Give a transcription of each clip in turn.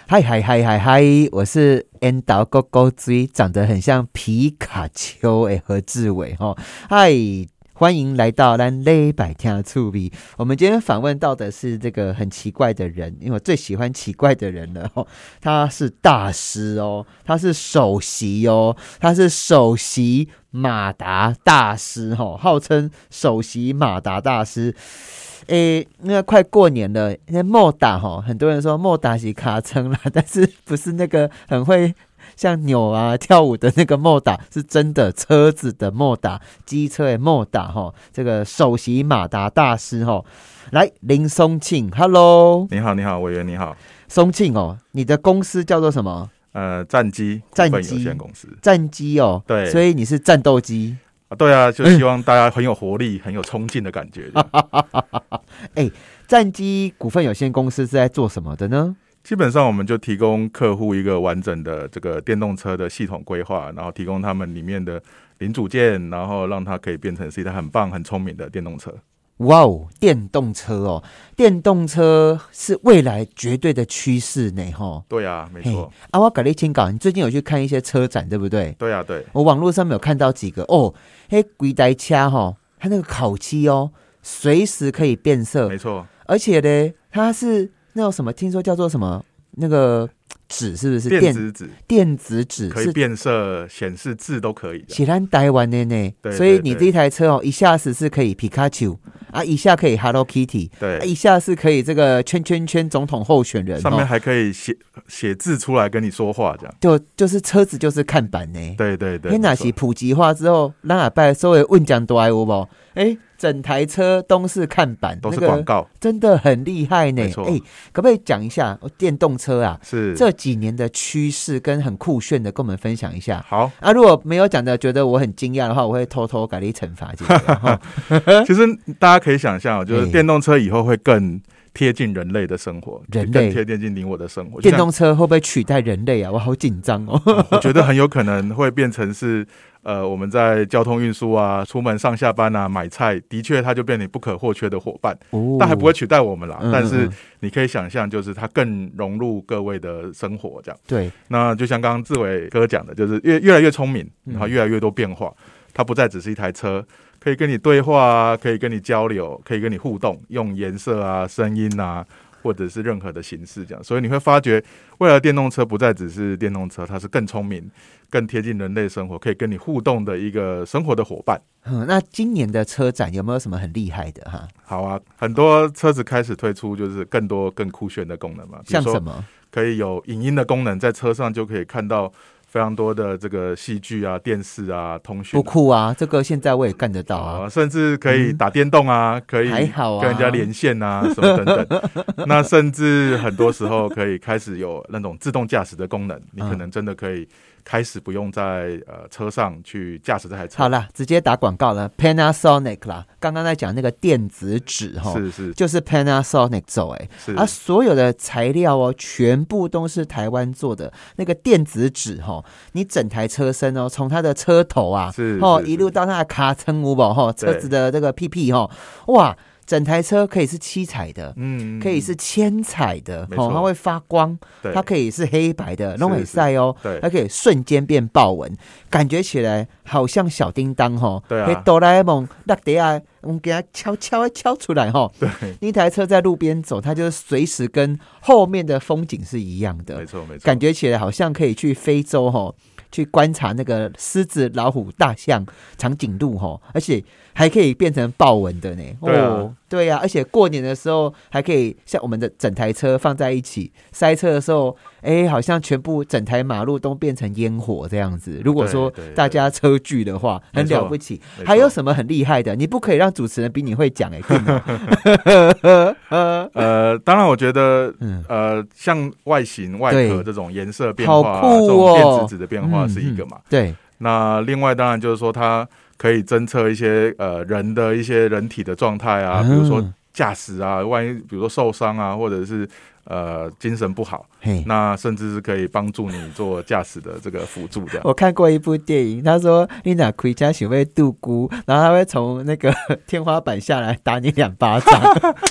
嗨嗨嗨嗨嗨，我是烟岛狗狗嘴，长得很像皮卡丘的何志伟哈。嗨，欢迎来到咱礼拜天趣味。我们今天访问到的是这个很奇怪的人，因为我最喜欢奇怪的人了哦。他是大师哦，他是首席哦，他是首席马达大师哦，号称首席马达大师。那快过年了，那莫达哈，很多人说莫达是卡称啦，但是不是那个很会像扭啊跳舞的那个莫达，是真的车子的莫达，机车的莫达哈。这个首席马达大师哈，来林松庆 ，Hello， 你好，你好，委员你好， 松庆哦，你的公司叫做什么？ 战机股份有限公司。 战机哦， 对， 所以你是战斗机。 对啊，就希望大家很有活力、很有冲劲的感觉。 战机股份有限公司是在做什么的呢？ 基本上我们就提供客户一个完整的这个电动车的系统规划，然后提供他们里面的零组件，然后让它可以变成是一台很棒、很聪明的电动车。 哇哦，电动车哦，电动车是未来绝对的趋势呢，吼。 对啊，没错。 我跟你请教，你最近有去看一些车展，对不对？ 对啊，对。 我网络上面有看到几个哦，规台车哈，它那个烤漆哦，随时可以变色， 没错。 而且呢，它是那种什么，听说叫做什么那个纸，是不是电子纸？ 电子纸可以变色、显示字都可以的。 是咱台湾的呢，所以你这台车哦，一下子是可以皮卡丘啊，一下可以 Hello Kitty， 对，一下是可以这个圈圈圈总统候选人， 上面还可以写字出来跟你说话，这样就是车子就是看板呢。 对对对， 那哪是普及化之后，让阿拜所谓问讲多有无？整台车都是看板， 都是广告， 真的很厉害呢。可不可以讲一下电动车啊？是这几年的趋势跟很酷炫的，跟我们分享一下。 好啊，如果没有讲的，觉得我很惊讶的话，我会偷偷改你惩罚。 其实大家可以想象，就是电动车以后会更贴近人类的生活，更贴近你我的生活。 电动车会不会取代人类啊？我好紧张哦。 我觉得很有可能会变成是我们在交通运输啊、出门上下班啊、买菜，的确它就变成不可或缺的伙伴，但还不会取代我们啦。但是你可以想象，就是它更融入各位的生活，这样。 对。 那就像刚刚志伟哥讲的，就是越来越聪明，然后越来越多变化，它不再只是一台车。可以跟你对话啊，可以跟你交流，可以跟你互动，用颜色啊、声音啊，或者是任何的形式这样。所以你会发觉，未来电动车不再只是电动车，它是更聪明、更贴近人类生活，可以跟你互动的一个生活的伙伴。 那今年的车展有没有什么很厉害的哈？ 好啊，很多车子开始推出就是更多更酷炫的功能嘛， 像什么？ 可以有影音的功能，在车上就可以看到非常多的这个戏剧啊、电视啊、通讯、 不酷啊！这个现在我也干得到啊， 甚至可以打电动啊，可以跟人家连线啊，什么等等。那甚至很多时候可以开始有那种自动驾驶的功能，你可能真的可以开始不用在车上去驾驶这台车。 好啦，直接打广告了 ，Panasonic 啦。刚刚在讲那个电子纸哈， 是就是 Panasonic 做所有的材料哦，全部都是台湾做的。那个电子纸哈，你整台车身哦，从它的车头啊，一路到它的卡层五宝车子的这个屁屁哇。整台车可以是七彩的，可以是千彩的，它会发光，它可以是黑白的，都可以晒哦，它可以瞬间变豹纹，感觉起来好像小叮当哆啦 A 梦那底下我们给它敲出来对，那台车在路边走，它就随时跟后面的风景是一样的， 没错， 感觉起来好像可以去非洲去观察那个狮子、老虎、大象、长颈鹿而且还可以变成豹纹的呢。对啊，而且过年的时候还可以像我们的整台车放在一起，塞车的时候，好像全部整台马路都变成烟火这样子。如果说大家车距的话，很了不起。还有什么很厉害的？你不可以让主持人比你会讲当然我觉得像外形、外壳这种颜色变化， 好酷这种电子纸的变化是一个嘛。 对。 那另外当然就是说它可以侦测一些人的一些人体的状态啊，比如说驾驶啊，万一比如说受伤啊，或者是精神不好，那甚至是可以帮助你做驾驶的这个辅助这样。 我看过一部电影，他说你哪开车想要度孤，然后他会从那个天花板下来打你2巴掌。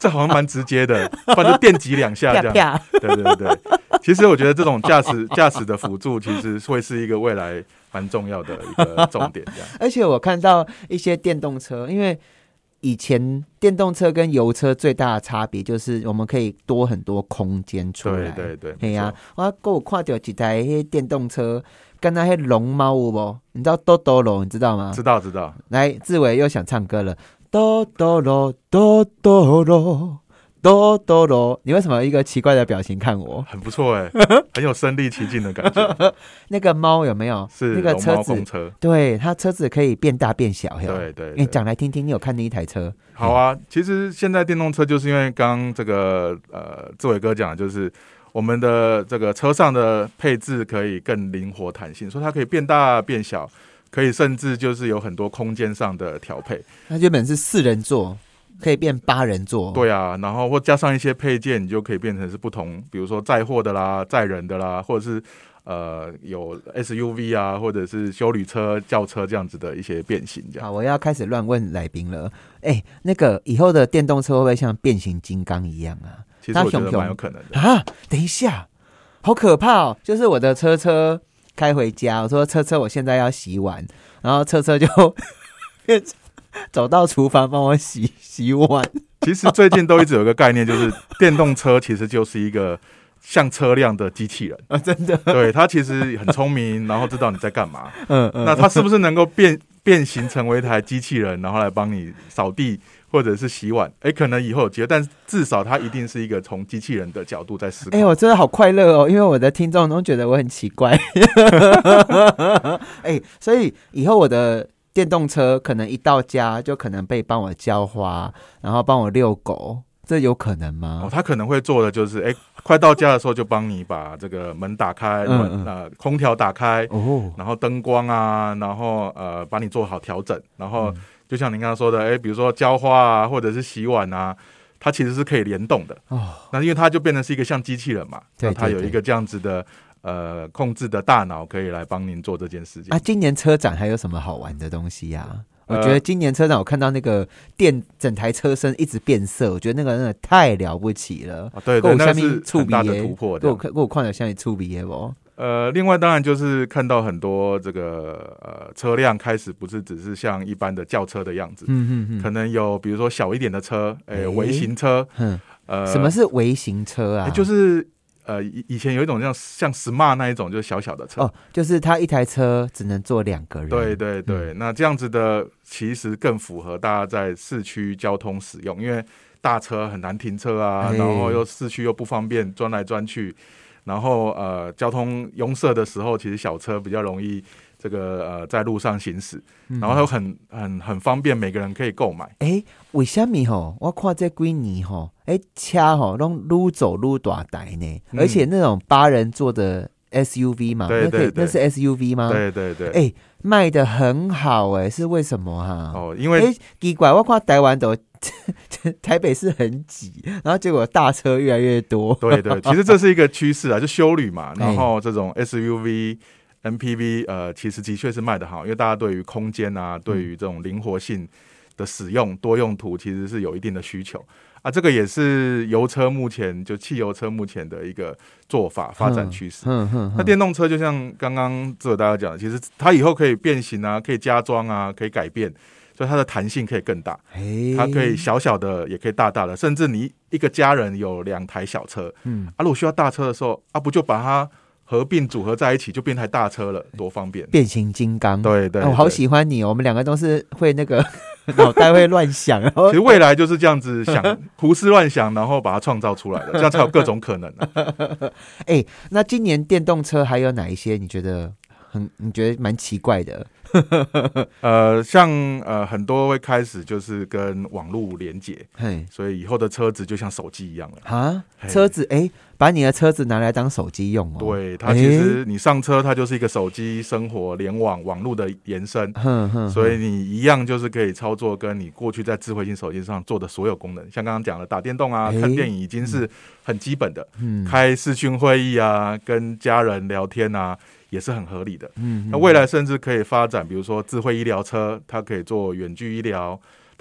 这好像蛮直接的，不然就电击2下这样。对对对，其实我觉得这种驾驶的辅助，其实会是一个未来蛮重要的一个重点这样。 而且我看到一些电动车，因为以前电动车跟油车最大的差别就是我们可以多很多空间出来。 对对对， 对呀、我有看到一台电动车，跟那些龙猫有无？你知道豆豆龙，你知道吗？ 知道知道。 来，志伟又想唱歌了，豆豆罗，豆豆罗。哆哆罗，你为什么有一个奇怪的表情看我？ 很不错哎，很有身临其境的感觉。 那个猫有没有？ 是那个车子， 龙猫公车， 对，它车子可以变大变小。 对对， 你讲来听听，你有看那一台车？ 好啊，其实现在电动车就是因为刚刚这个志伟哥讲的，就是我们的这个车上的配置可以更灵活弹性，所以它可以变大变小，可以甚至就是有很多空间上的调配。 它原本是4人座。可以变8人座， 对啊，然后或加上一些配件，你就可以变成是不同，比如说载货的啦、载人的啦，或者是有 SUV 啊，或者是休旅车、轿车这样子的一些变形。这样， 好，我要开始乱问来宾了。那个以后的电动车会不会像变形金刚一样啊？ 其实我觉得蛮有可能的啊！等一下，好可怕哦！就是我的车开回家，我说车，我现在要洗碗，然后车就走到厨房帮我洗碗。 其实最近都一直有一个概念，就是电动车其实就是一个像车辆的机器人啊，真的。 对，它其实很聪明，然后知道你在干嘛。那它是不是能够变形成为一台机器人，然后来帮你扫地或者是洗碗？可能以后有机会，但至少它一定是一个从机器人的角度在思考。 我真的好快乐哦，因为我的听众都觉得我很奇怪。所以以后我的电动车可能一到家就可能被帮我浇花，然后帮我遛狗，这有可能吗？ 他可能会做的就是，快到家的时候就帮你把这个门打开，空调打开，然后灯光啊，然后帮你做好调整，然后就像您刚刚说的，比如说浇花啊，或者是洗碗啊，它其实是可以联动的。那因为它就变成是一个像机器人嘛，那它有一个这样子的。控制的大脑可以来帮您做这件事情。 今年车展还有什么好玩的东西啊？我觉得今年车展我看到那个整台车身一直变色，我觉得那个真的太了不起了。 对，那是很大的突破。 我看了像你触鼻不？ 另外当然就是看到很多这个车辆开始不是只是像一般的轿车的样子，可能有比如说小一点的车，微型车。 什么是微型车啊？ 就是以前有一种像 Smart 那一种，就是小小的车， 就是它一台车只能坐2个人。 对对对，那这样子的其实更符合大家在市区交通使用，因为大车很难停车啊，然后又市区又不方便钻来钻去，然后交通拥塞的时候，其实小车比较容易这个在路上行驶，然后又很方便，每个人可以购买。 为什么我看这几年车都愈走愈大台呢？而且那种8人座的 SUV 嘛， 对对对， 那是 SUV 吗？ 对对对， 卖得很好是为什么哈？ 因为奇怪，我看台湾都台北市很挤，然后结果大车越来越多。 对对，其实这是一个趋势啊，就休旅嘛，然后这种 SUV、MPV，其实的确是卖得好，因为大家对于空间啊，对于这种灵活性的使用、多用途，其实是有一定的需求啊。这个也是汽油车目前的一个做法发展趋势。那电动车就像刚刚大家讲的，其实它以后可以变形啊，可以加装啊，可以改变。所以它的弹性可以更大，它可以小小的，也可以大大的，甚至你一个家人有2台小车，如果需要大车的时候，不就把它合并组合在一起，就变台大车了，多方便！ 变形金刚， 对对， 我好喜欢你哦，我们2个都是会那个脑袋会乱想，然后其实未来就是这样子想，胡思乱想，然后把它创造出来的，这样才有各种可能。 那今年电动车还有哪一些你觉得蛮奇怪的？ 像很多会开始就是跟网络连接，所以以后的车子就像手机一样了啊！车子把你的车子拿来当手机用哦。 对，它其实你上车，它就是一个手机生活联网络的延伸，所以你一样就是可以操作跟你过去在智慧型手机上做的所有功能，像刚刚讲的打电动啊、看电影已经是很基本的，开视讯会议啊、跟家人聊天啊。也是很合理的。那未来甚至可以发展，比如说智慧医疗车，它可以做远距医疗，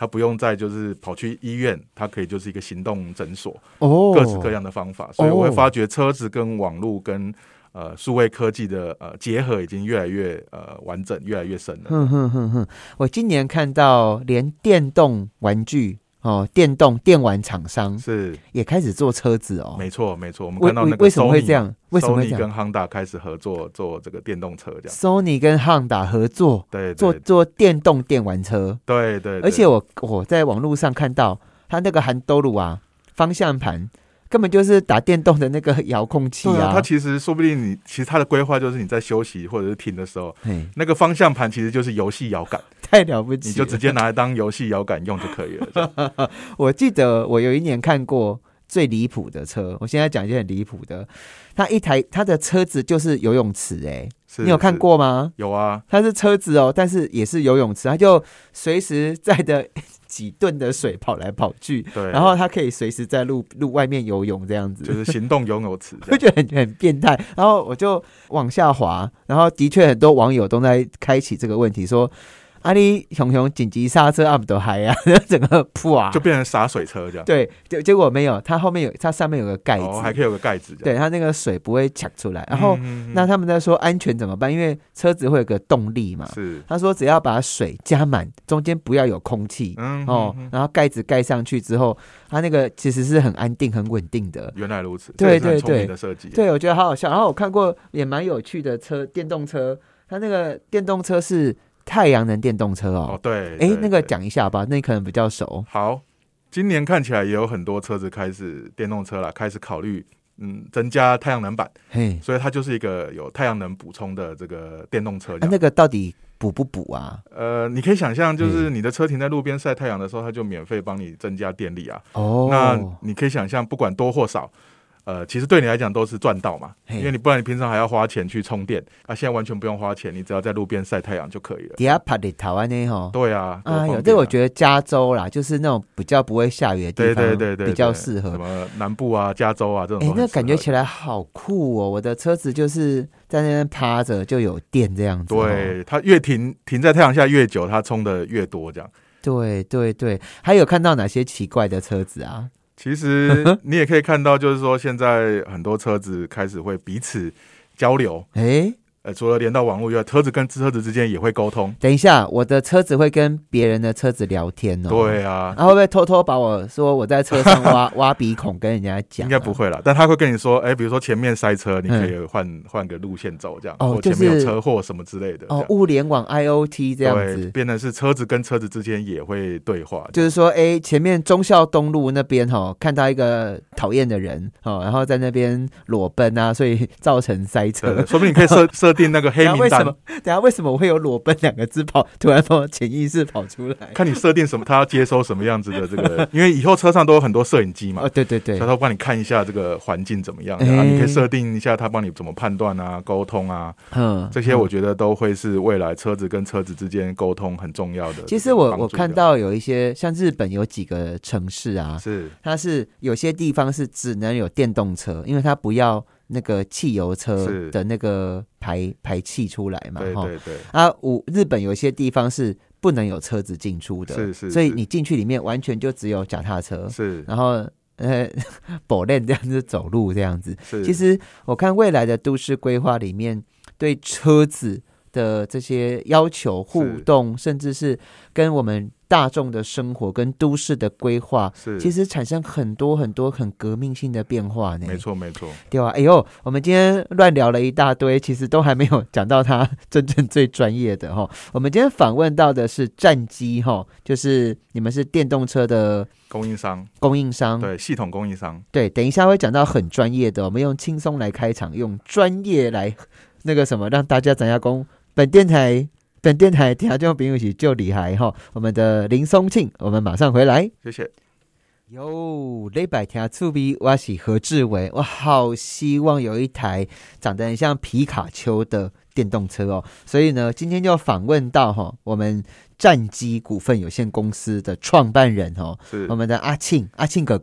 他不用再就是跑去医院，他可以就是一个行动诊所，各式各样的方法。所以我会发觉车子跟网络跟数位科技的结合已经越来越完整，越来越深了。 我今年看到连电动玩具电玩厂商是也开始做车子哦。 没错没错，我们看到那个为什么会这样？为什么会这样？ Sony 跟 Honda 开始合作做这个电动车，这样 Sony 跟 Honda 合作， 对， 做电动电玩车， 对， 而且我在网络上看到他那个韩兜鲁啊，方向盘根本就是打电动的那个遥控器啊。 它其实说不定其实它的规划就是你在休息或者是停的时候，那个方向盘其实就是游戏摇杆， 太了不起了， 你就直接拿来当游戏摇杆用就可以了。 我记得我有一年看过最离谱的车，我现在讲一些很离谱的。他的车子就是游泳池，你有看过吗？ 有啊， 它是车子但是也是游泳池，它就随时载着几吨的水跑来跑去， 对， 然后它可以随时在路外面游泳，这样子就是行动游泳池， 我觉得很变态。然后我就往下滑，然后的确很多网友都在开启这个问题，说你熊紧急刹车不都嗨啊，整个噗就变成洒水车这样。 对，结果没有，它上面有个盖子， 还可以有个盖子， 对，它那个水不会呛出来。然后那他们在说安全怎么办？因为车子会有个动力嘛， 是他说只要把水加满，中间不要有空气，然后盖子盖上去之后，它那个其实是很安定很稳定的。 原来如此， 对， 聪明的设计。 对，我觉得好好笑。然后我看过也蛮有趣的电动车，它那个电动车是太阳能电动车对， 那个讲一下吧，那你可能比较熟。 好，今年看起来也有很多车子开始电动车啦，开始考虑增加太阳能板，所以它就是一个有太阳能补充的这个电动车。 那个到底补不补啊？ 你可以想象，就是你的车停在路边晒太阳的时候，它就免费帮你增加电力啊。那你可以想象，不管多或少。其实对你来讲都是赚到嘛，因为不然你平常还要花钱去充电现在完全不用花钱，你只要在路边晒太阳就可以了。 底下拍的台湾呢对啊， 这我觉得加州啦，就是那种比较不会下雨的地方，对，比较适合。 什么南部啊、加州啊这种， 那感觉起来好酷哦！我的车子就是在那边趴着就有电这样子。 对，它越停在太阳下越久，它充的越多这样。 对，还有看到哪些奇怪的车子啊？ 其实你也可以看到，就是说现在很多车子开始会彼此交流。除了连到网络以外，车子跟车子之间也会沟通。 等一下，我的车子会跟别人的车子聊天对啊， 然后会不会偷偷把我说我在车上挖鼻孔跟人家讲？ 应该不会啦，但他会跟你说，比如说前面塞车，你可以换个路线走，这样，或前面有车祸什么之类的。 物联网 IoT 这样子， 变成是车子跟车子之间也会对话。 就是说，前面忠孝东路那边看到一个讨厌的人然后在那边裸奔啊，所以造成塞车。 说不定你可以设定那个黑名单。 等下为什么会有裸奔2个字突然从潜意识跑出来？ 看你设定什么，他要接收什么样子的这个，因为以后车上都有很多摄影机嘛。 对， 所以他会帮你看一下这个环境怎么样，你可以设定一下他帮你怎么判断啊、沟通啊，这些我觉得都会是未来车子跟车子之间沟通很重要的。 其实我看到有一些像日本有几个城市啊，它是有些地方是只能有电动车，因为它不要那个汽油车的那个排气出来嘛。 对日本有些地方是不能有车子进出的，所以你进去里面完全就只有脚踏车，然后步练这样子走路这样子。其实我看未来的都市规划里面对车子的这些要求互动，甚至是跟我们大众的生活跟都市的规划，其实产生很多很多很革命性的变化呢。 没错对啊，我们今天乱聊了一大堆，其实都还没有讲到他真正最专业的我们今天访问到的是战机就是你们是电动车的供应商， 对，系统供应商。 对，等一下会讲到很专业的，我们用轻松来开场，用专业来那个什么，让大家怎样讲本电台听众朋友是就厉害我们的林松庆，我们马上回来， 谢谢。 礼拜听趣味，我是何志伟，我好希望有一台长得很像皮卡丘的电动车所以呢，今天就访问到我们战机股份有限公司的创办人我们的阿庆哥哥。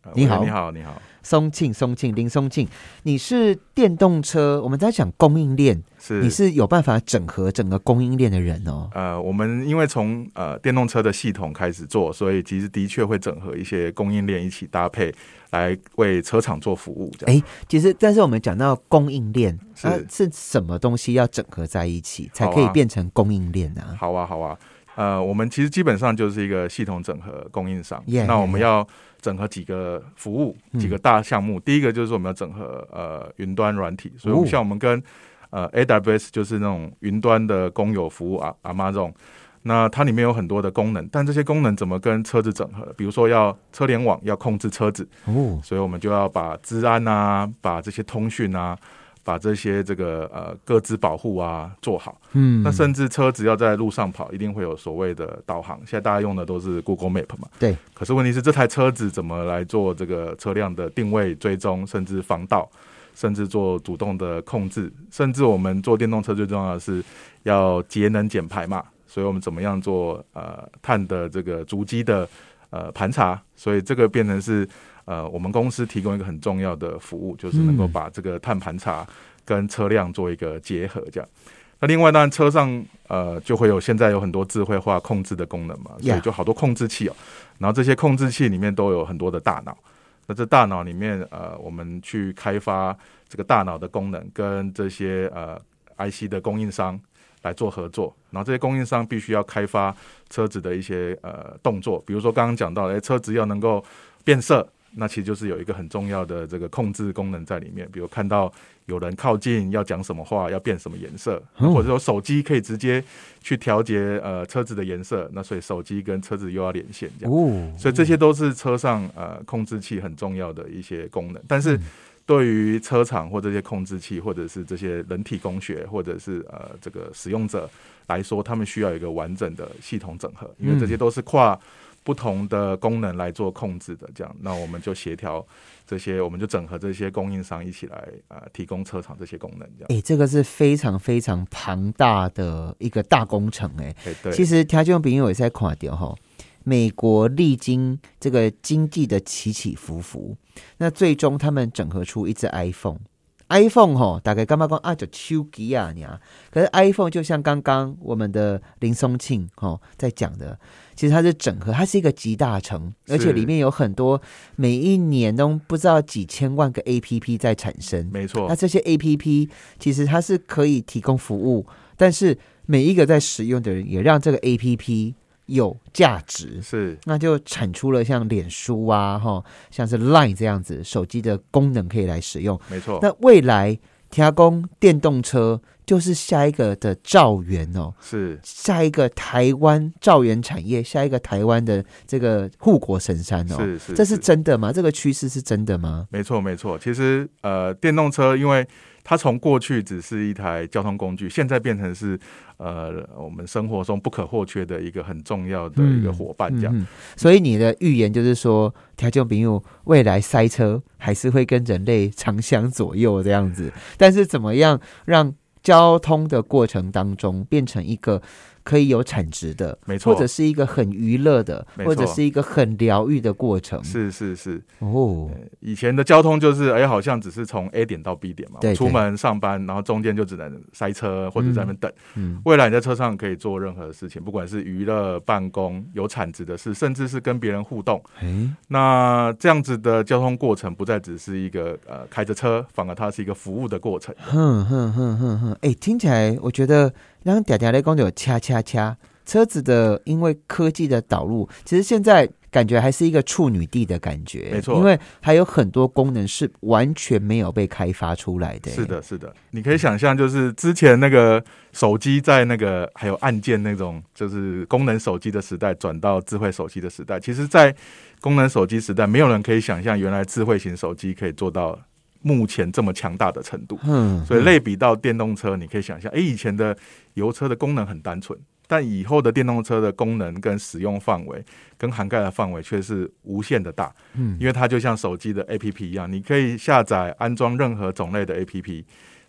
你好， 你好，你好， 松庆，林松庆，你是电动车，我们在讲供应链，你是有办法整合整个供应链的人哦。 我们因为从电动车的系统开始做，所以其实的确会整合一些供应链一起搭配，来为车厂做服务。 其实但是我们讲到供应链，是什么东西要整合在一起，才可以变成供应链呢？ 好啊。我们其实基本上就是一个系统整合供应商。那我们要整合几个服务，几个大项目。第一个就是我们要整合云端软体，所以像我们跟AWS 就是那种云端的公有服务Amazon， 那它里面有很多的功能，但这些功能怎么跟车子整合？比如说要车联网，要控制车子，所以我们就要把资安啊，把这些通讯啊，把这些个资保护啊做好。那甚至车子要在路上跑，一定会有所谓的导航。现在大家用的都是 Google Map 嘛， 对。 可是问题是，这台车子怎么来做这个车辆的定位追踪，甚至防盗，甚至做主动的控制，甚至我们做电动车最重要的是要节能减排嘛，所以我们怎么样做碳的这个足迹的盘查，所以这个变成是我们公司提供一个很重要的服务，就是能够把这个碳盘查跟车辆做一个结合，这样。那另外当然车上就会有现在有很多智慧化控制的功能嘛，所以就好多控制器然后这些控制器里面都有很多的大脑。那这大脑里面我们去开发这个大脑的功能，跟这些IC 的供应商来做合作，然后这些供应商必须要开发车子的一些动作，比如说刚刚讲到车子要能够变色，那其实就是有一个很重要的这个控制功能在里面，比如看到有人靠近要讲什么话，要变什么颜色，或者说手机可以直接去调节车子的颜色，那所以手机跟车子又要连线这样，所以这些都是车上控制器很重要的一些功能。但是对于车厂或这些控制器，或者是这些人体工学，或者是这个使用者来说，他们需要一个完整的系统整合，因为这些都是跨不同的功能来做控制的，这样，那我们就协调这些，我们就整合这些供应商一起来提供车厂这些功能，这样。 这个是非常非常庞大的一个大工程对。 其实听众朋友也在看到美国历经这个经济的起起伏伏，那最终他们整合出一只 iPhone 大概干嘛讲就手机啊，可是 iPhone 就像刚刚我们的林松庆在讲的，其实它是整合，它是一个集大成，而且里面有很多每一年都不知道几千万个 APP 在产生， 没错。 那这些 APP 其实它是可以提供服务，但是每一个在使用的人也让这个 APP有价值， 是， 那就产出了像脸书啊，像是 Line 这样子手机的功能可以来使用， 没错。 那未来提供电动车就是下一个的兆元是下一个台湾兆元产业，下一个台湾的这个护国神山是， 这是真的吗？这个趋势是真的吗？ 没错。其实电动车因为它从过去只是一台交通工具，现在变成是我们生活中不可或缺的一个很重要的一个伙伴，这样。 所以你的预言就是说，听众朋友未来塞车还是会跟人类长相左右这样子，但是怎么样让交通的过程当中变成一个可以有产值的， 没错， 或者是一个很娱乐的，或者是一个很疗愈的过程。 是以前的交通就是好像只是从 A 点到 B 点嘛，出门上班，然后中间就只能塞车或者在那边等。未来你在车上可以做任何事情，不管是娱乐、办公、有产值的事，甚至是跟别人互动。那这样子的交通过程不再只是一个开着车，反而它是一个服务的过程。 听起来我觉得让嗲嗲来讲有恰车子的，因为科技的导入，其实现在感觉还是一个处女地的感觉， 没错， 因为还有很多功能是完全没有被开发出来的。 是的，你可以想象，就是之前那个手机在那个还有按键那种，就是功能手机的时代，转到智慧手机的时代。其实，在功能手机时代，没有人可以想象，原来智慧型手机可以做到目前这么强大的程度。所以类比到电动车，你可以想象，以前的油车的功能很单纯，但以后的电动车的功能跟使用范围跟涵盖的范围却是无限的大。因为它就像手机的 APP 一样，你可以下载安装任何种类的 APP，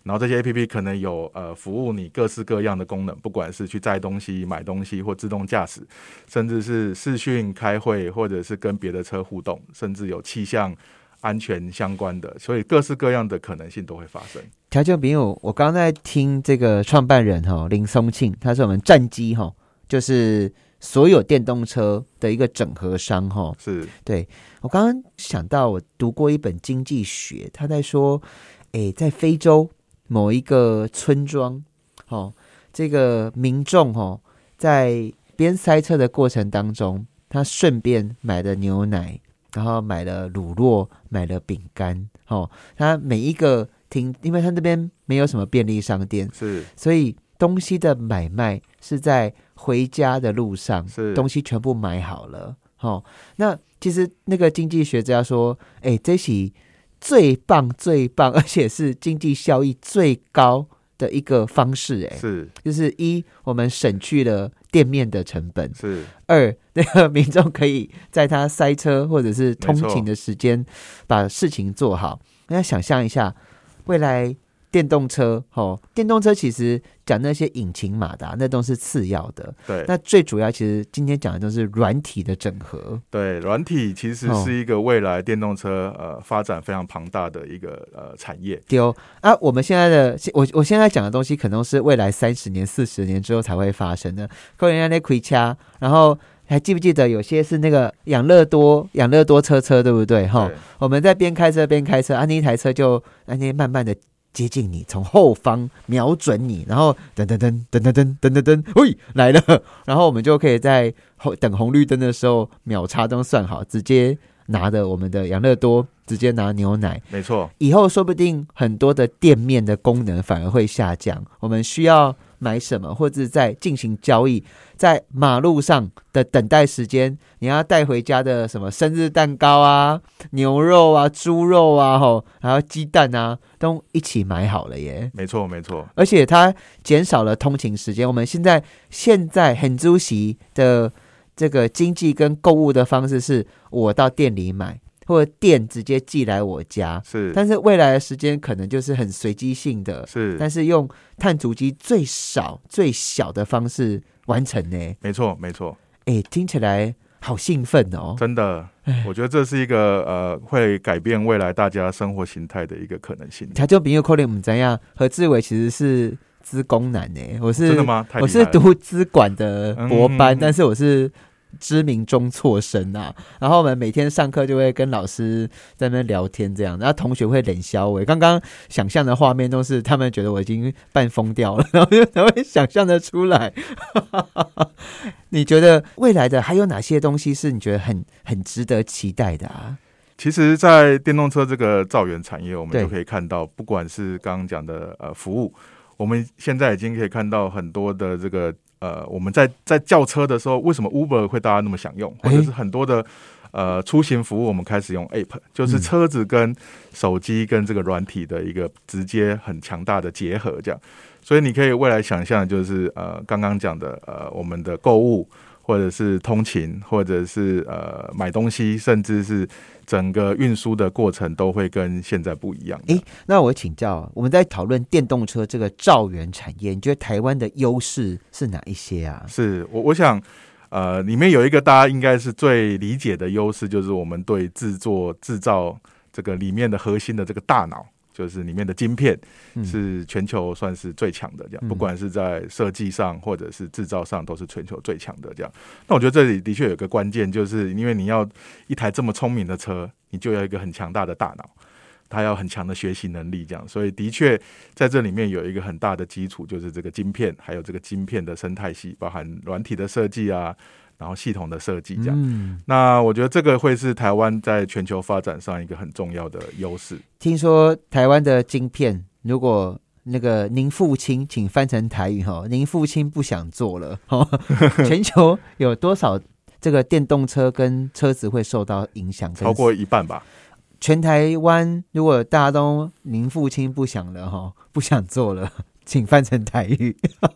然后这些 APP 可能有服务你各式各样的功能，不管是去载东西、买东西或自动驾驶，甚至是视讯开会，或者是跟别的车互动，甚至有气象安全相关的，所以各式各样的可能性都会发生。 条件朋友，我刚刚在听这个创办人林松庆，他是我们战机就是所有电动车的一个整合商是， 对，我刚刚想到我读过一本经济学，他在说在非洲某一个村庄这个民众在边塞车的过程当中，他顺便买了牛奶，然后买了乳酪，买了饼干他每一个因为他那边没有什么便利商店， 是， 所以东西的买卖是在回家的路上， 是东西全部买好了那其实那个经济学家说这是最棒最棒，而且是经济效益最高的一个方式是， 就是一，我们省去了店面的成本， 是， 二，那个民众可以在他塞车或者是通勤的时间把事情做好。大家想象一下，未来电动车其实讲那些引擎马达那都是次要的， 对， 那最主要其实今天讲的都是软体的整合。 对，软体其实是一个未来电动车发展非常庞大的一个产业。 对我们现在的我现在讲的东西可能是未来30年40年之后才会发生的，可能在开车，然后还记不记得有些是那个养乐多车对不对？我们在边开车那一台车就慢慢的接近你，从后方瞄准你，然后噔噔噔噔噔噔噔噔噔，喂，来了，然后我们就可以在等红绿灯的时候秒差灯算好，直接拿着我们的养乐多，直接拿牛奶。 没错， 以后说不定很多的店面的功能反而会下降，我们需要买什么或者在进行交易，在马路上的等待时间，你要带回家的什么生日蛋糕啊、牛肉啊、猪肉啊然后鸡蛋啊都一起买好了耶。 没错没错， 而且它减少了通勤时间。我们现在很主席的这个经济跟购物的方式是我到店里买，或者店直接寄来我家， 是， 但是未来的时间可能就是很随机性的， 是， 但是用碳足迹最少最小的方式完成呢。 没错没错， 听起来好兴奋哦！ 真的，我觉得这是一个会改变未来大家生活形态的一个可能性。 他就朋友可能不怎样，何志伟其实是资工男呢， 真的吗？ 我是读资管的博班，但是我是知名中辍生啊，然后我们每天上课就会跟老师在那边聊天这样，然后同学会冷笑我。刚刚想象的画面都是他们觉得我已经半疯掉了，然后就才会想象得出来。你觉得未来的还有哪些东西是你觉得很值得期待的啊？ 其实在电动车这个造园产业，我们就可以看到，不管是刚刚讲的服务，我们现在已经可以看到很多的这个我们在叫车的时候，为什么 Uber 会大家那么想用，或者是很多的出行服务我们开始用 App， 就是车子跟手机跟这个软体的一个直接很强大的结合，这样。所以你可以未来想象，就是刚刚讲的我们的购物，或者是通勤，或者是买东西，甚至是整个运输的过程都会跟现在不一样。 那我请教，我们在讨论电动车这个造园产业，你觉得台湾的优势是哪一些啊？ 是我想里面有一个大家应该是最理解的优势，就是我们对制造这个里面的核心的这个大脑，就是里面的晶片是全球算是最强的，这样，不管是在设计上或者是制造上都是全球最强的这样。那我觉得这里的确有一个关键，就是因为你要一台这么聪明的车，你就要一个很强大的大脑，它要很强的学习能力，这样，所以的确在这里面有一个很大的基础，就是这个晶片，还有这个晶片的生态系，包含软体的设计啊，然后系统的设计这样。那我觉得这个会是台湾在全球发展上一个很重要的优势。 听说台湾的晶片，如果那个您父亲，请翻成台语您父亲不想做了全球有多少这个电动车跟车子会受到影响？ 超过一半吧。 全台湾如果大家都您父亲不想了不想做了，请翻成台语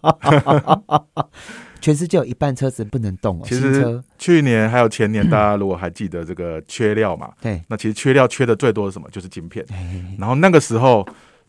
全世界有一半车子不能动其实去年还有前年大家如果还记得这个缺料嘛， 对， 那其实缺料缺的最多是什么？就是晶片。然后那个时候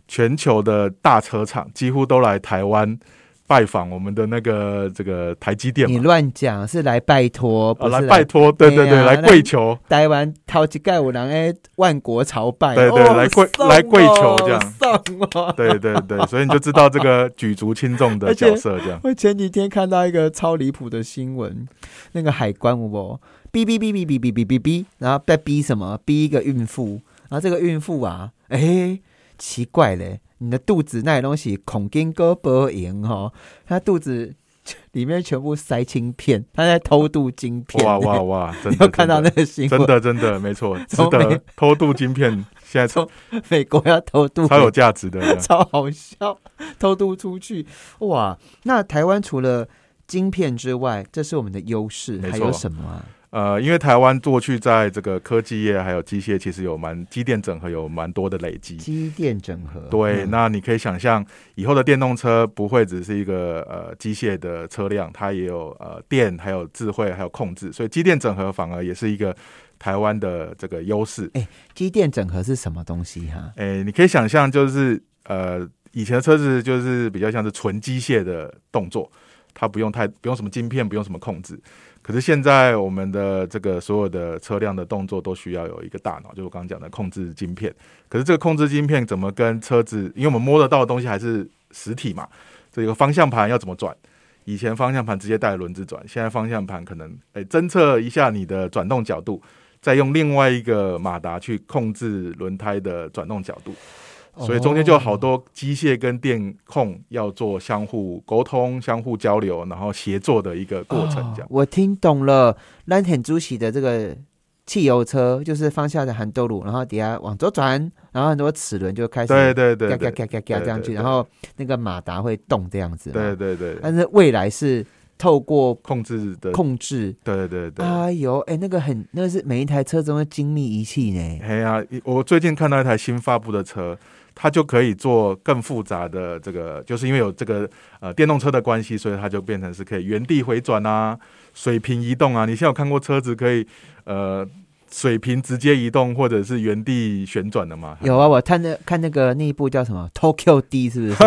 全球的大车厂几乎都来台湾拜访我们的这个台积电嘛。 你乱讲，是来拜托，不是来拜托，对对对，来跪求。 台湾头一届有人万国朝拜， 对对，来跪求这样。 送哦， 对对对，所以你就知道这个举足轻重的角色这样。 我前几天看到一个超离谱的新闻，那个海关有没有哔哔哔哔哔哔哔哔哔，然后在逼什么？逼一个孕妇，然后这个孕妇啊，奇怪嘞，你的肚子那东西孔筋哥不赢哈，他肚子里面全部塞晶片，他在偷渡晶片。 哇哇哇！真的， 你有看到那个新闻？ 真的没错，值得偷渡晶片。现在从美国要偷渡， 超有价值的， 超好笑，偷渡出去哇！那台湾除了晶片之外，这是我们的优势，还有什么啊？ 因为台湾过去在这个科技业还有机械，其实机电整合有蛮多的累积。 机电整合， 对，那你可以想象，以后的电动车不会只是一个机械的车辆，它也有电，还有智慧，还有控制，所以机电整合反而也是一个台湾的这个优势。 机电整合是什么东西哈？ 你可以想象，就是以前的车子就是比较像是纯机械的动作，它不用什么晶片，不用什么控制。可是现在我们的这个所有的车辆的动作都需要有一个大脑，就是我刚刚讲的控制晶片。可是这个控制晶片怎么跟车子，因为我们摸得到的东西还是实体嘛，这个方向盘要怎么转？以前方向盘直接带轮子转，现在方向盘可能侦测一下你的转动角度，再用另外一个马达去控制轮胎的转动角度。所以中间就有好多机械跟电控要做相互沟通、相互交流，然后协作的一个过程。这样， 我听懂了。咱很主席的这个汽油车，就是方向的handle路，然后底下往左转，然后很多齿轮就开始对这样去，然后那个马达会动这样子。 对对对。 但是未来是透过控制。对对对。 哎呦，那是每一台车中的精密仪器呢。 我最近看到一台新发布的车。它就可以做更复杂的这个，就是因为有这个电动车的关系，所以它就变成是可以原地回转啊，水平移动啊。你现在有看过车子可以水平直接移动或者是原地旋转的吗？ 有啊，我看那个那一部叫什么 Tokyo D 是不是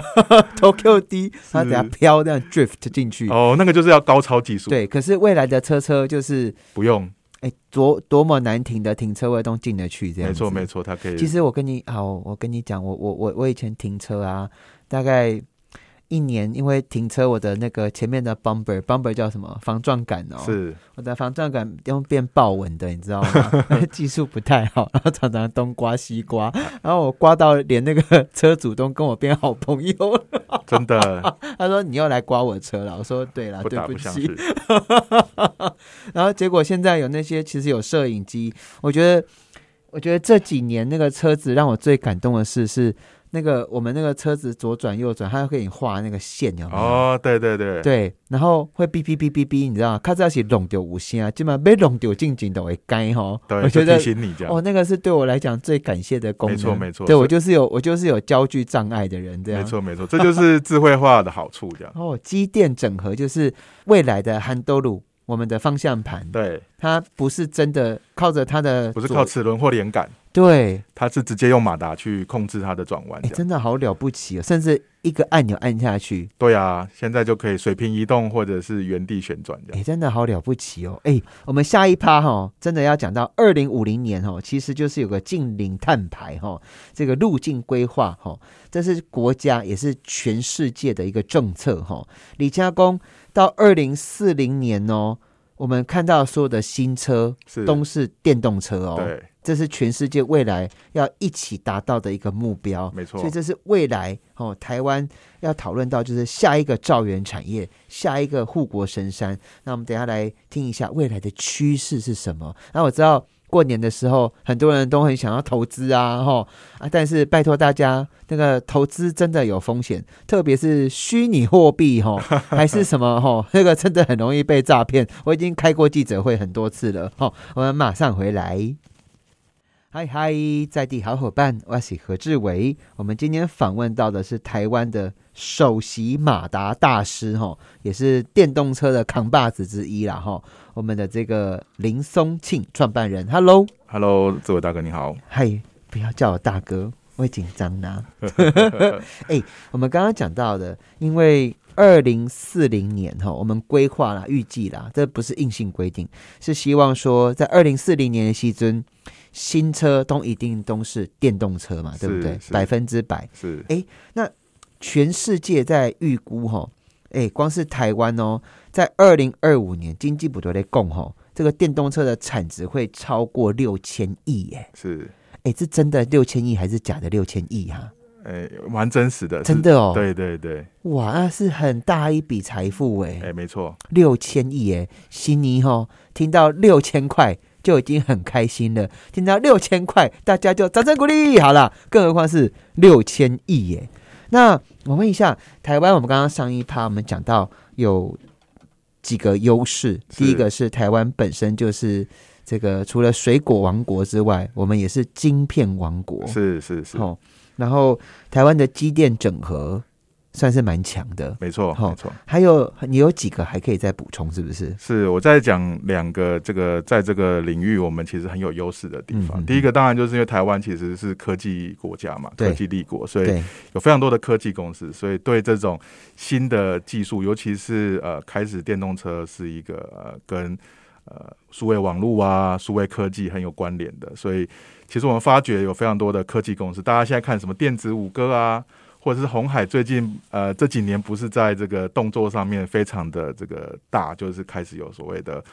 Tokyo D 它等下飘这样 drift 进去。 那个就是要高超技术。 对，可是未来的车就是不用。 多么难停的停车位都进得去，这样子。 没错，它可以。 其实我跟你讲，我以前停车啊，大概1年，因为停车我的那个前面的 bumper 叫什么防撞杆哦， 是我的防撞杆用变豹纹的，你知道吗？技术不太好，然后常常东刮西刮，然后我刮到连那个车主都跟我变好朋友了。 真的。 他说你又来刮我车了，我说对啦，对不起。然后结果现在有那些其实有摄影机，我觉得这几年那个车子让我最感动的是那个我们那个车子左转右转，它会给你画那个线，有没有？ 对对对对，然后会哔哔哔哔哔，你知道，看这是弄掉无线啊，基本上被弄掉静静都会该哈。 对， 我觉得提醒你这样。 那个是对我来讲最感谢的功能。 没错。 对，我就是有焦距障碍的人，这样。 没错，这就是智慧化的好处，这样。 机电整合就是未来的handle路。我们的方向盘， 对， 它不是真的靠着它的， 不是靠齿轮或连杆， 对， 它是直接用马达去控制它的转弯。 真的好了不起哦！甚至一个按钮按下去， 对啊，现在就可以水平移动或者是原地旋转。 真的好了不起哦！我们下一趴真的要讲到2050年其实就是有个净零碳排这个路径规划这是国家也是全世界的一个政策李家公到2040年我们看到所有的新车都是电动车对， 这是全世界未来要一起达到的一个目标， 没错。 所以这是未来台湾要讨论到就是下一个兆元产业，下一个护国神山。那我们等一下来听一下未来的趋势是什么。那我知道过年的时候很多人都很想要投资但是拜托大家，那个投资真的有风险，特别是虚拟货币还是什么那个真的很容易被诈骗。我已经开过记者会很多次了我们马上回来。嗨嗨，在地好伙伴，我是何志伟。我们今天访问到的是台湾的首席马达大师也是电动车的扛把子之一啦我们的这个林松庆创办人。 Hello， 这位大哥你好。 嗨，不要叫我大哥， 会紧张啦。我们刚刚讲到的，因为2040年我们规划啦，预计啦，这不是硬性规定，是希望说在2040年的时候，新车都一定都是电动车嘛，对不对？100% 是。 那全世界在预估光是台湾在2025年，经济部都在讲这个电动车的产值会超过6000亿耶。 是。 是真的6000亿还是假的6000亿哈？ 蛮真实的， 真的对对对， 哇，那是很大一笔财富没错 ，6000亿耶！悉尼听到6000块就已经很开心了，听到6000块大家就掌声鼓励好了，更何况是6000亿耶！那我问一下，台湾我们刚刚上一趴我们讲到有几个优势，第一个是台湾本身就是这个除了水果王国之外，我们也是晶片王国， 是。 然后台湾的机电整合算是蛮强的， 没错。 还有你有几个还可以再补充，是不是？ 是，我再讲2个在这个领域我们其实很有优势的地方。第一个当然就是因为台湾其实是科技国家嘛，科技立国，所以有非常多的科技公司，所以对这种新的技术，尤其是开始电动车是一个跟数位网络啊、数位科技很有关联的，所以其实我们发觉有非常多的科技公司。大家现在看什么电子五哥啊，或者是鸿海，最近这几年不是在这个动作上面非常的这个大，就是开始有所谓的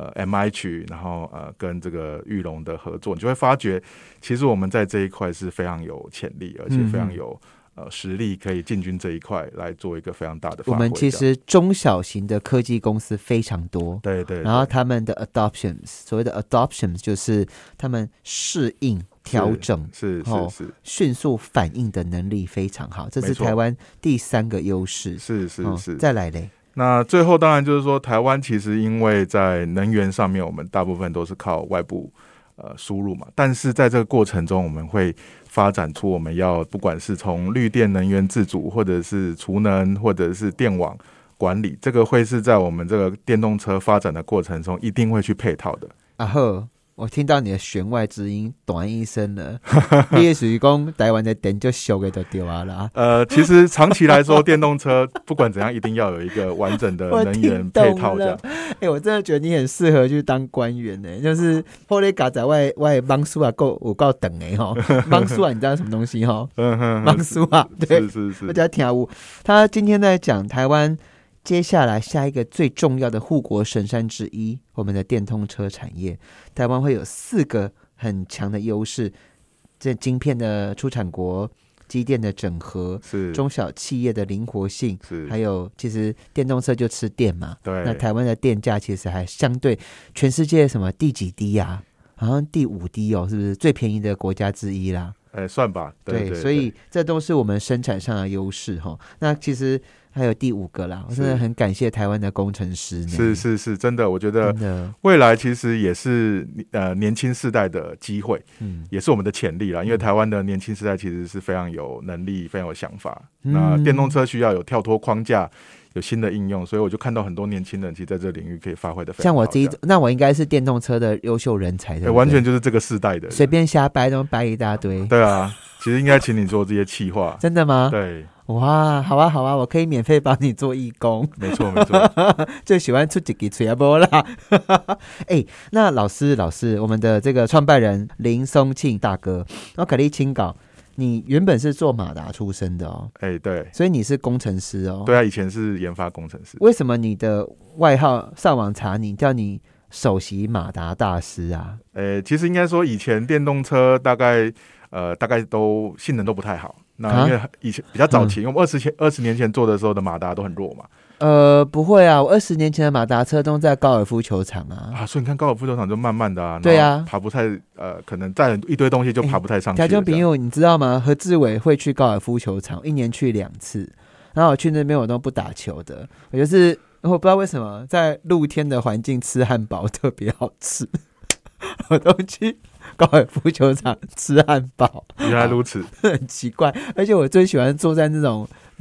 MH， 然后跟这个裕隆的合作，你就会发觉其实我们在这一块是非常有潜力，而且非常有实力可以进军这一块来做一个非常大的发挥。 我们其实中小型的科技公司非常多， 对， 然后他们的 adoptions， 所谓的 adoptions 就是他们适应调整， 是迅速反应的能力非常好，这是台湾第3个优势。 是。 再来嘞， 那最后当然就是说，台湾其实因为在能源上面，我们大部分都是靠外部输入嘛，但是在这个过程中，我们会发展出我们要不管是从绿电能源自主，或者是储能，或者是电网管理，这个会是在我们这个电动车发展的过程中一定会去配套的。 我听到你的弦外之音，短一声了。你也属于讲台湾的电就小的就对啊啦。 其实长期来说，电动车不管怎样，一定要有一个完整的能源配套这样。 我真的觉得你很适合去当官员呢，就是后来嘎在外帮书啊，有够等的哈。帮书啊，你知道什么东西哈？帮书啊，对， 是。 我叫听有，他今天在讲台湾。接下来下一个最重要的护国神山之一，我们的电动车产业，台湾会有4个很强的优势：这晶片的出产国、机电的整合、中小企业的灵活性，还有其实电动车就吃电嘛。 对， 那台湾的电价其实还相对全世界什么第几低啊？好像第5低是不是最便宜的国家之一啦？ 算吧。对， 所以这都是我们生产上的优势哈。那其实还有第5个啦，我真的很感谢台湾的工程师呢。 是，真的，我觉得未来其实也是年轻世代的机会，也是我们的潜力啦。因为台湾的年轻世代其实是非常有能力、非常有想法。那电动车需要有跳脱框架，有新的应用，所以我就看到很多年轻人其实在这个领域可以发挥的非常好。 像那我应该是电动车的优秀人才，对不对？ 完全就是这个世代的， 随便瞎掰都掰一大堆。 对啊，其实应该请你做这些企划。 真的吗？ 对。 哇，好啊，我可以免费帮你做义工。 没错， 最喜欢出几个吹波啦。那老师，我们的这个创办人林松庆大哥，我给你请稿。你原本是做马达出身的哦， 对， 所以你是工程师哦。 对啊，以前是研发工程师。 为什么你的外号上网查你叫你首席马达大师啊？ 其实应该说以前电动车大概都性能都不太好。那因为以前比较早期，因为我们20年前做的时候的马达都很弱嘛。 不会啊，我20年前的马达车都在高尔夫球场啊。 所以你看高尔夫球场就慢慢的啊， 对啊， 爬不太可能载一堆东西就爬不太上去。 条件朋友，你知道吗？何志伟会去高尔夫球场，1年去2次，然后我去那边我都不打球的，我就是我不知道为什么在露天的环境吃汉堡特别好吃，我都去高尔夫球场吃汉堡。 原来如此， 很奇怪。而且我最喜欢坐在那种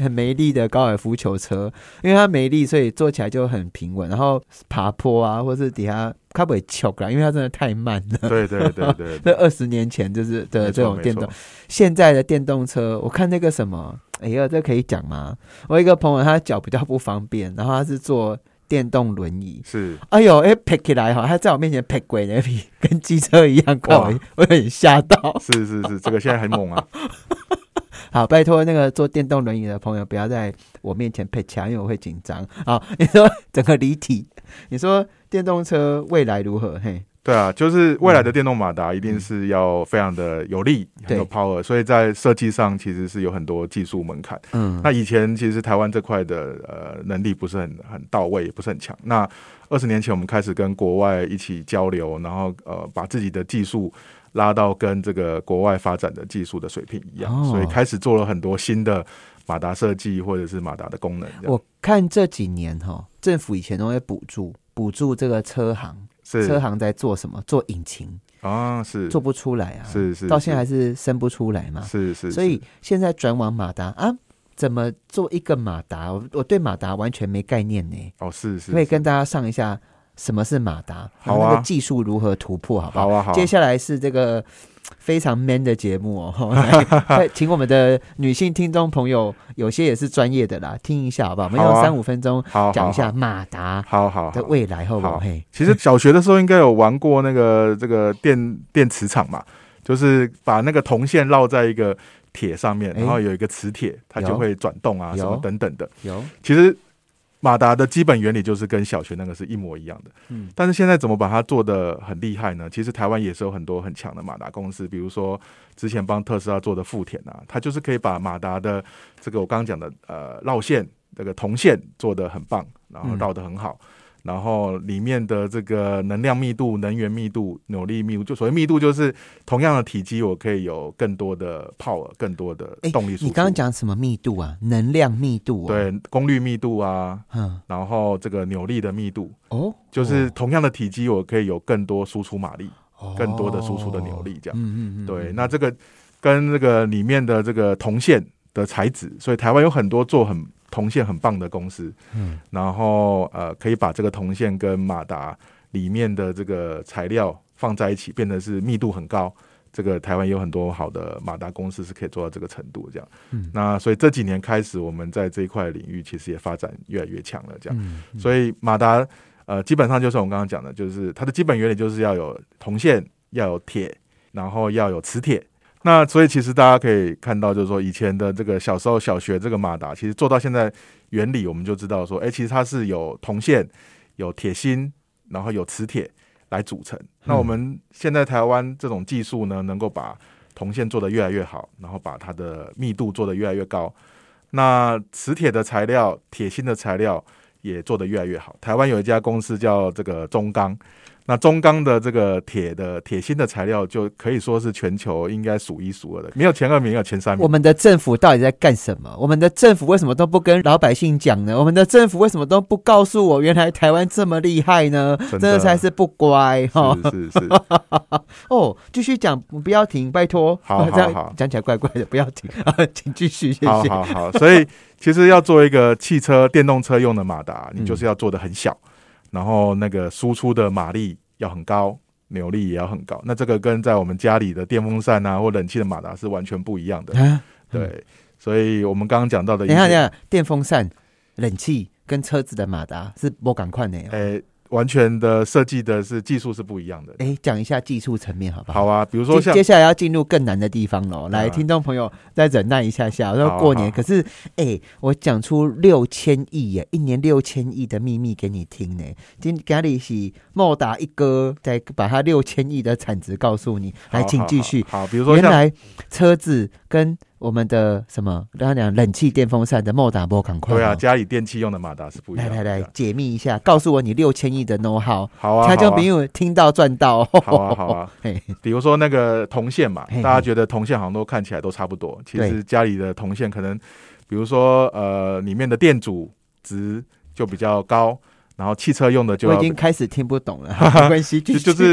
很没力的高尔夫球车，因为它没力，所以坐起来就很平稳，然后爬坡啊，或是底下它不会choke啦，因为它真的太慢了。 对对对对， 这20年前就是的这种电动，现在的电动车，我看那个什么，哎呀，这可以讲吗？我一个朋友他脚比较不方便，然后他是坐电动轮椅， 是， 哎呦，劈起来哈，他在我面前劈鬼那匹跟机车一样高，我有点吓到。 是，这个现在很猛啊。 好，拜托那个坐电动轮椅的朋友不要在我面前劈墙，因为我会紧张。好，你说整个离题，你说电动车未来如何？嘿。 对啊，就是未来的电动马达一定是要非常的有力，很有 power， 所以在设计上其实是有很多技术门槛。那以前其实台湾这块的能力不是很到位，也不是很强。那20年前我们开始跟国外一起交流，然后把自己的技术拉到跟这个国外发展的技术的水平一样，所以开始做了很多新的马达设计或者是马达的功能。 我看这几年政府以前都会补助这个车行在做什么？做引擎啊，是做不出来啊， 是到现在还是生不出来嘛， 是， 所以现在转往马达啊，怎么做一个马达？我对马达完全没概念呢。 是， 可以跟大家上一下什么是马达， 好啊， 那个技术如何突破，好不好？ 好啊，好啊。 接下来是这个非常 man 的节目请我们的女性听众朋友，有些也是专业的啦，听一下好不好？我们用3-5分钟讲一下马达的未来，好不好？ 其实小学的时候应该有玩过那个这个电磁场嘛，就是把那个铜线绕在一个铁上面，然后有一个磁铁，它就会转动啊，什么等等的。其实马达的基本原理就是跟小学那个是一模一样的，但是现在怎么把它做得很厉害呢？其实台湾也是有很多很强的马达公司，比如说之前帮特斯拉做的富田啊，它就是可以把马达的这个我刚刚讲的绕线这个铜线做得很棒，然后绕得很好，然后里面的这个能量密度、能源密度、扭力密度，就所谓密度就是同样的体积，我可以有更多的 power， 更多的动力输出。 你刚刚讲什么密度啊？能量密度对，功率密度啊，然后这个扭力的密度，就是同样的体积，我可以有更多输出马力，更多的输出的扭力，这样。对，那这个跟这个里面的这个铜线的材质，所以台湾有很多做铜线很棒的公司，然后可以把这个铜线跟马达里面的这个材料放在一起，变得是密度很高。这个台湾有很多好的马达公司是可以做到这个程度，这样。那所以这几年开始，我们在这一块领域其实也发展越来越强了，这样。所以马达基本上就是我们刚刚讲的，就是它的基本原理就是要有铜线，要有铁，然后要有磁铁。那所以其实大家可以看到，就是说以前的这个小时候小学这个马达，其实做到现在原理，我们就知道说，其实它是有铜线、有铁芯，然后有磁铁来组成。那我们现在台湾这种技术呢，能够把铜线做得越来越好，然后把它的密度做得越来越高。那磁铁的材料、铁芯的材料也做得越来越好。台湾有一家公司叫这个中钢。那中钢的这个铁芯的材料就可以说是全球应该数一数二的，没有前2名，也有前3名。 我们的政府到底在干什么？我们的政府为什么都不跟老百姓讲呢？我们的政府为什么都不告诉我，原来台湾这么厉害呢？真的才是不乖是继续讲，不要停，拜托。 好， 讲起来怪怪的，不要停请继续，谢谢。 好，所以其实要做一个汽车、电动车用的马达，你就是要做得很小。然后那个输出的马力要很高，扭力也要很高。那这个跟在我们家里的电风扇啊或冷气的马达是完全不一样的。对，所以我们刚刚讲到的， 等一下，电风扇、冷气跟车子的马达是不赶快的。 完全的设计的是技术是不一样的。 讲一下技术层面好不好？ 好啊，比如说像接下来要进入更难的地方了。来，听众朋友再忍耐一下下。我说过年，可是我讲出6000亿耶，一年6000亿的秘密给你听呢。今天是莫达一哥再把他6000亿的产值告诉你。来，请继续。 好，比如说原来车子跟我们的什么刚刚讲冷气电风扇的莫达不赶快。 对啊，家里电器用的马达是不一样的。 来解密一下，告诉我你6000亿的 know how。 好啊， 他就没有听到赚到。 好啊比如说那个铜线嘛，大家觉得铜线好像都看起来都差不多，其实家里的铜线可能比如说里面的电阻值就比较高，然后汽车用的就我已经开始听不懂了没关系， 就是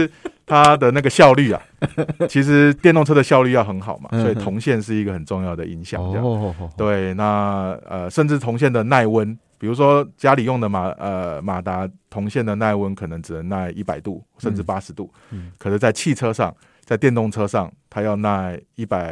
它的那个效率啊，其实电动车的效率要很好嘛，所以铜线是一个很重要的影响。这样对，那甚至铜线的耐温，比如说家里用的马达铜线的耐温可能只能耐100度甚至80度，可是在汽车上，在电动车上，它要耐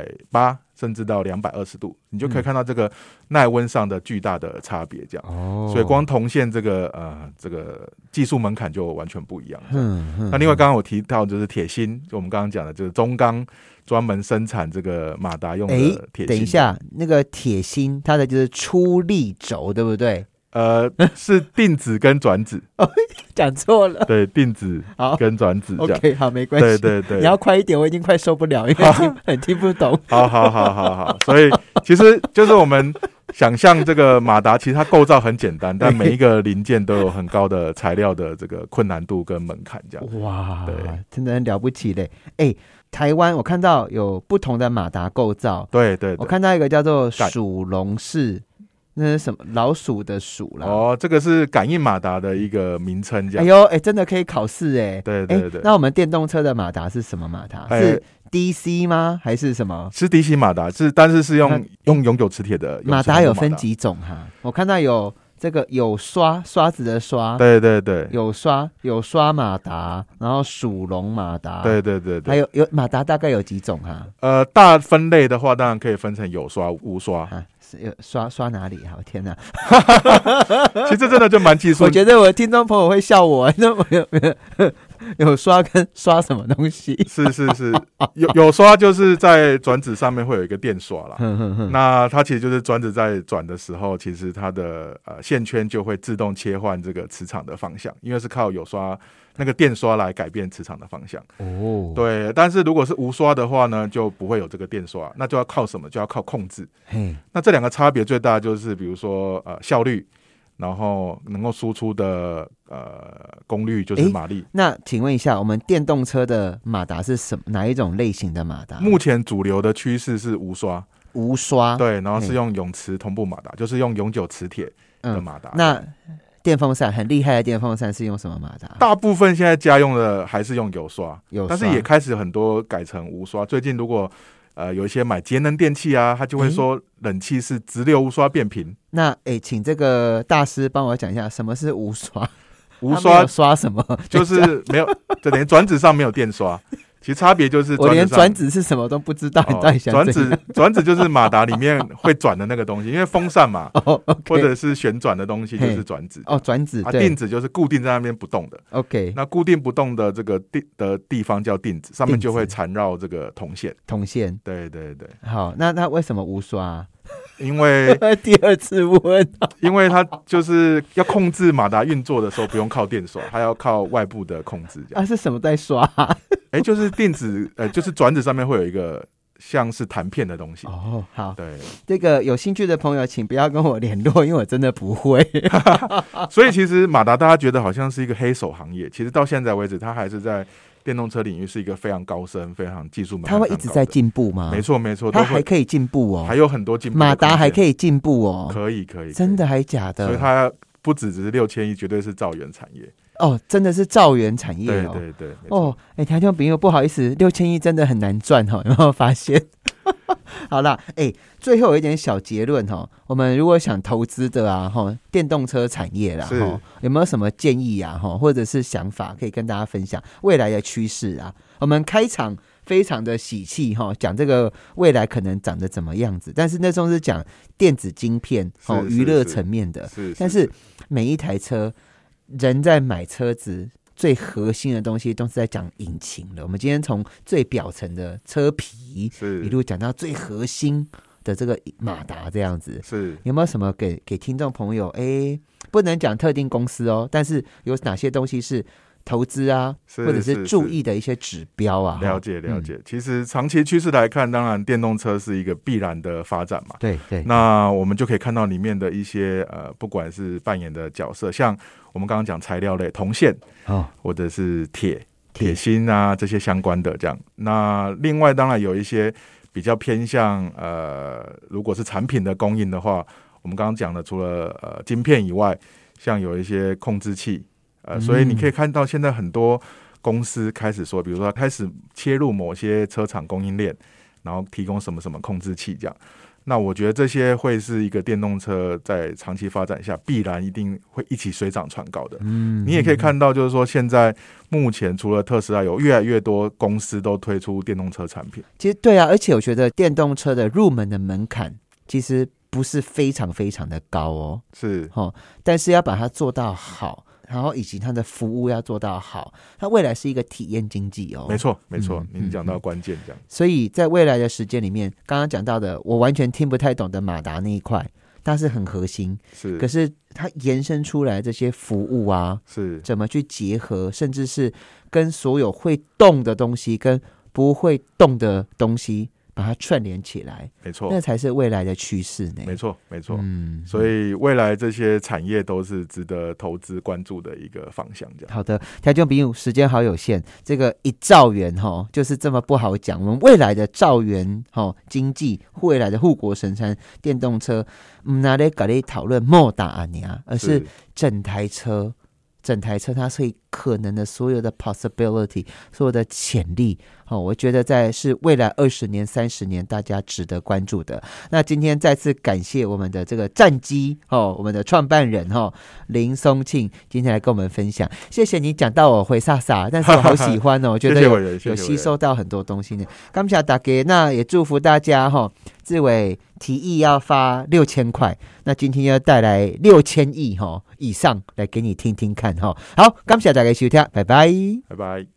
180甚至到220度，你就可以看到这个耐温上的巨大的差别。这样，所以光铜线这个技术门槛就完全不一样。那另外刚刚我提到就是铁芯，就我们刚刚讲的就是中钢专门生产这个马达用的铁芯。 等一下，那个铁芯它的就是出力轴，对不对？ 是定子跟转子。 讲错了。 对，定子跟转子。 OK， 好，没关系。对，你要快一点，我已经快受不了，因为很听不懂。好。 所以其实就是我们想象这个马达，其实它构造很简单，但每一个零件都有很高的材料的这个困难度跟门槛。这样， 哇，对，真的很了不起嘞。台湾我看到有不同的马达构造。对，我看到一个叫做属龙式。那是什么？老鼠的鼠啦。 这个是感应马达的一个名称。这样。 哎呦，真的可以考试哎。 对。 那我们电动车的马达是什么马达？是 DC 吗？还是什么？ 是 DC 马达，但是是用永久磁铁的。 马达有分几种哈？我看到有这个有刷子的刷。 对。有刷马达，然后属龙马达。 对。 还有马达大概有几种哈？ 大分类的话，当然可以分成有刷、无刷。 刷哪里？好天哪！ 其实真的就蛮技术。 我觉得我的听众朋友会笑我，那我有刷跟刷什么东西？ 是有刷，就是在转子上面会有一个电刷啦。那它其实就是转子在转的时候，其实它的线圈就会自动切换这个磁场的方向，因为是靠有刷那个电刷来改变磁场的方向。对。但是如果是无刷的话呢，就不会有这个电刷，那就要靠什么？就要靠控制。那这两个差别最大就是比如说效率，然后能够输出的功率就是马力。 那请问一下，我们电动车的马达是哪一种类型的马达？ 目前主流的趋势是无刷。对，然后是用永磁同步马达，就是用永久磁铁的马达。 那电风扇很厉害的电风扇是用什么马达？ 大部分现在家用的还是用有刷，但是也开始很多改成无刷。最近如果有一些买节能电器啊，他就会说冷气是直流无刷变频。 那请这个大师帮我讲一下什么是无刷。 无刷刷什么？ 就是没有，就等于转子上没有电刷。其实差别就是我连转子是什么都不知道。你到底想转子就是马达里面会转的那个东西，因为风扇嘛，或者是旋转的东西就是转子。 转子。 定子就是固定在那边不动的。 OK， 那固定不动的这个地方叫定子，上面就会缠绕这个铜线。对。 好，那为什么无刷？ 因为第二次问， 因为它就是要控制马达运作的时候不用靠电刷，它要靠外部的控制。 是什么在刷？ 就是定子，就是转子上面会有一个像是弹片的东西。 好， 对， 这个有兴趣的朋友请不要跟我联络，因为我真的不会。 所以其实马达大家觉得好像是一个黑手行业，其实到现在为止它还是在电动车领域是一个非常高深、非常技术门槛高的。 它会一直在进步吗？ 没错， 它还可以进步哦， 还有很多进步。 马达还可以进步哦， 可以， 真的还假的？ 所以它不只是6000亿，绝对是兆元产业。 真的是兆元产业哦。 对。 听众朋友不好意思，6000亿真的很难赚有没有发现？好啦，最后有一点小结论我们如果想投资的电动车产业啦有没有什么建议啊或者是想法可以跟大家分享未来的趋势啊？我们开场非常的喜气讲这个未来可能长得怎么样子，但是那时候是讲电子晶片娱乐层面的，但是每一台车人在买车子最核心的东西都是在讲引擎了。我们今天从最表层的车皮一路讲到最核心的这个马达，这样子有没有什么给听众朋友？不能讲特定公司但是有哪些东西是投资啊，或者是注意的一些指标啊？ 了解。其实长期趋势来看，当然电动车是一个必然的发展嘛。 对。 那我们就可以看到里面的一些不管是扮演的角色，像我们刚刚讲材料类，铜线或者是铁芯啊这些相关的这样。那另外当然有一些比较偏向如果是产品的供应的话，我们刚刚讲的除了晶片以外，像有一些控制器。所以你可以看到现在很多公司开始说，比如说开始切入某些车厂供应链，然后提供什么什么控制器这样。那我觉得这些会是一个电动车在长期发展下必然一定会一起水涨船高的。你也可以看到，就是说现在目前除了特斯拉，有越来越多公司都推出电动车产品。 其实对啊，而且我觉得电动车的入门的门槛其实不是非常非常的高哦， 是但是要把它做到好，然后以及它的服务要做到好，它未来是一个体验经济哦。 没错没错，您讲到关键这样。 所以在未来的时间里面，刚刚讲到的我完全听不太懂的马达那一块，它是很核心， 是， 可是它延伸出来这些服务啊， 是怎么去结合，甚至是跟所有会动的东西跟不会动的东西把它串联起来， 没错， 那才是未来的趋势呢。 没错没错，所以未来这些产业都是值得投资关注的一个方向这样。 好的，听众朋友，时间好有限，这个1兆元就是这么不好讲。我们未来的兆元经济，未来的护国神山电动车，不拿来跟你讨论莫打啊你啊，而是整台车它是可能的所有的 possibility， 所有的潜力，我觉得是未来20年30年大家值得关注的。那今天再次感谢我们的这个战机我们的创办人林松庆今天来跟我们分享，谢谢你讲到我会傻傻，但是我好喜欢我觉得有吸收到很多东西呢。感谢大家，那也祝福大家志伟提议要发6000块，那今天要带来6000亿以上来给你听听看好，感谢大家收听，拜拜， 拜拜。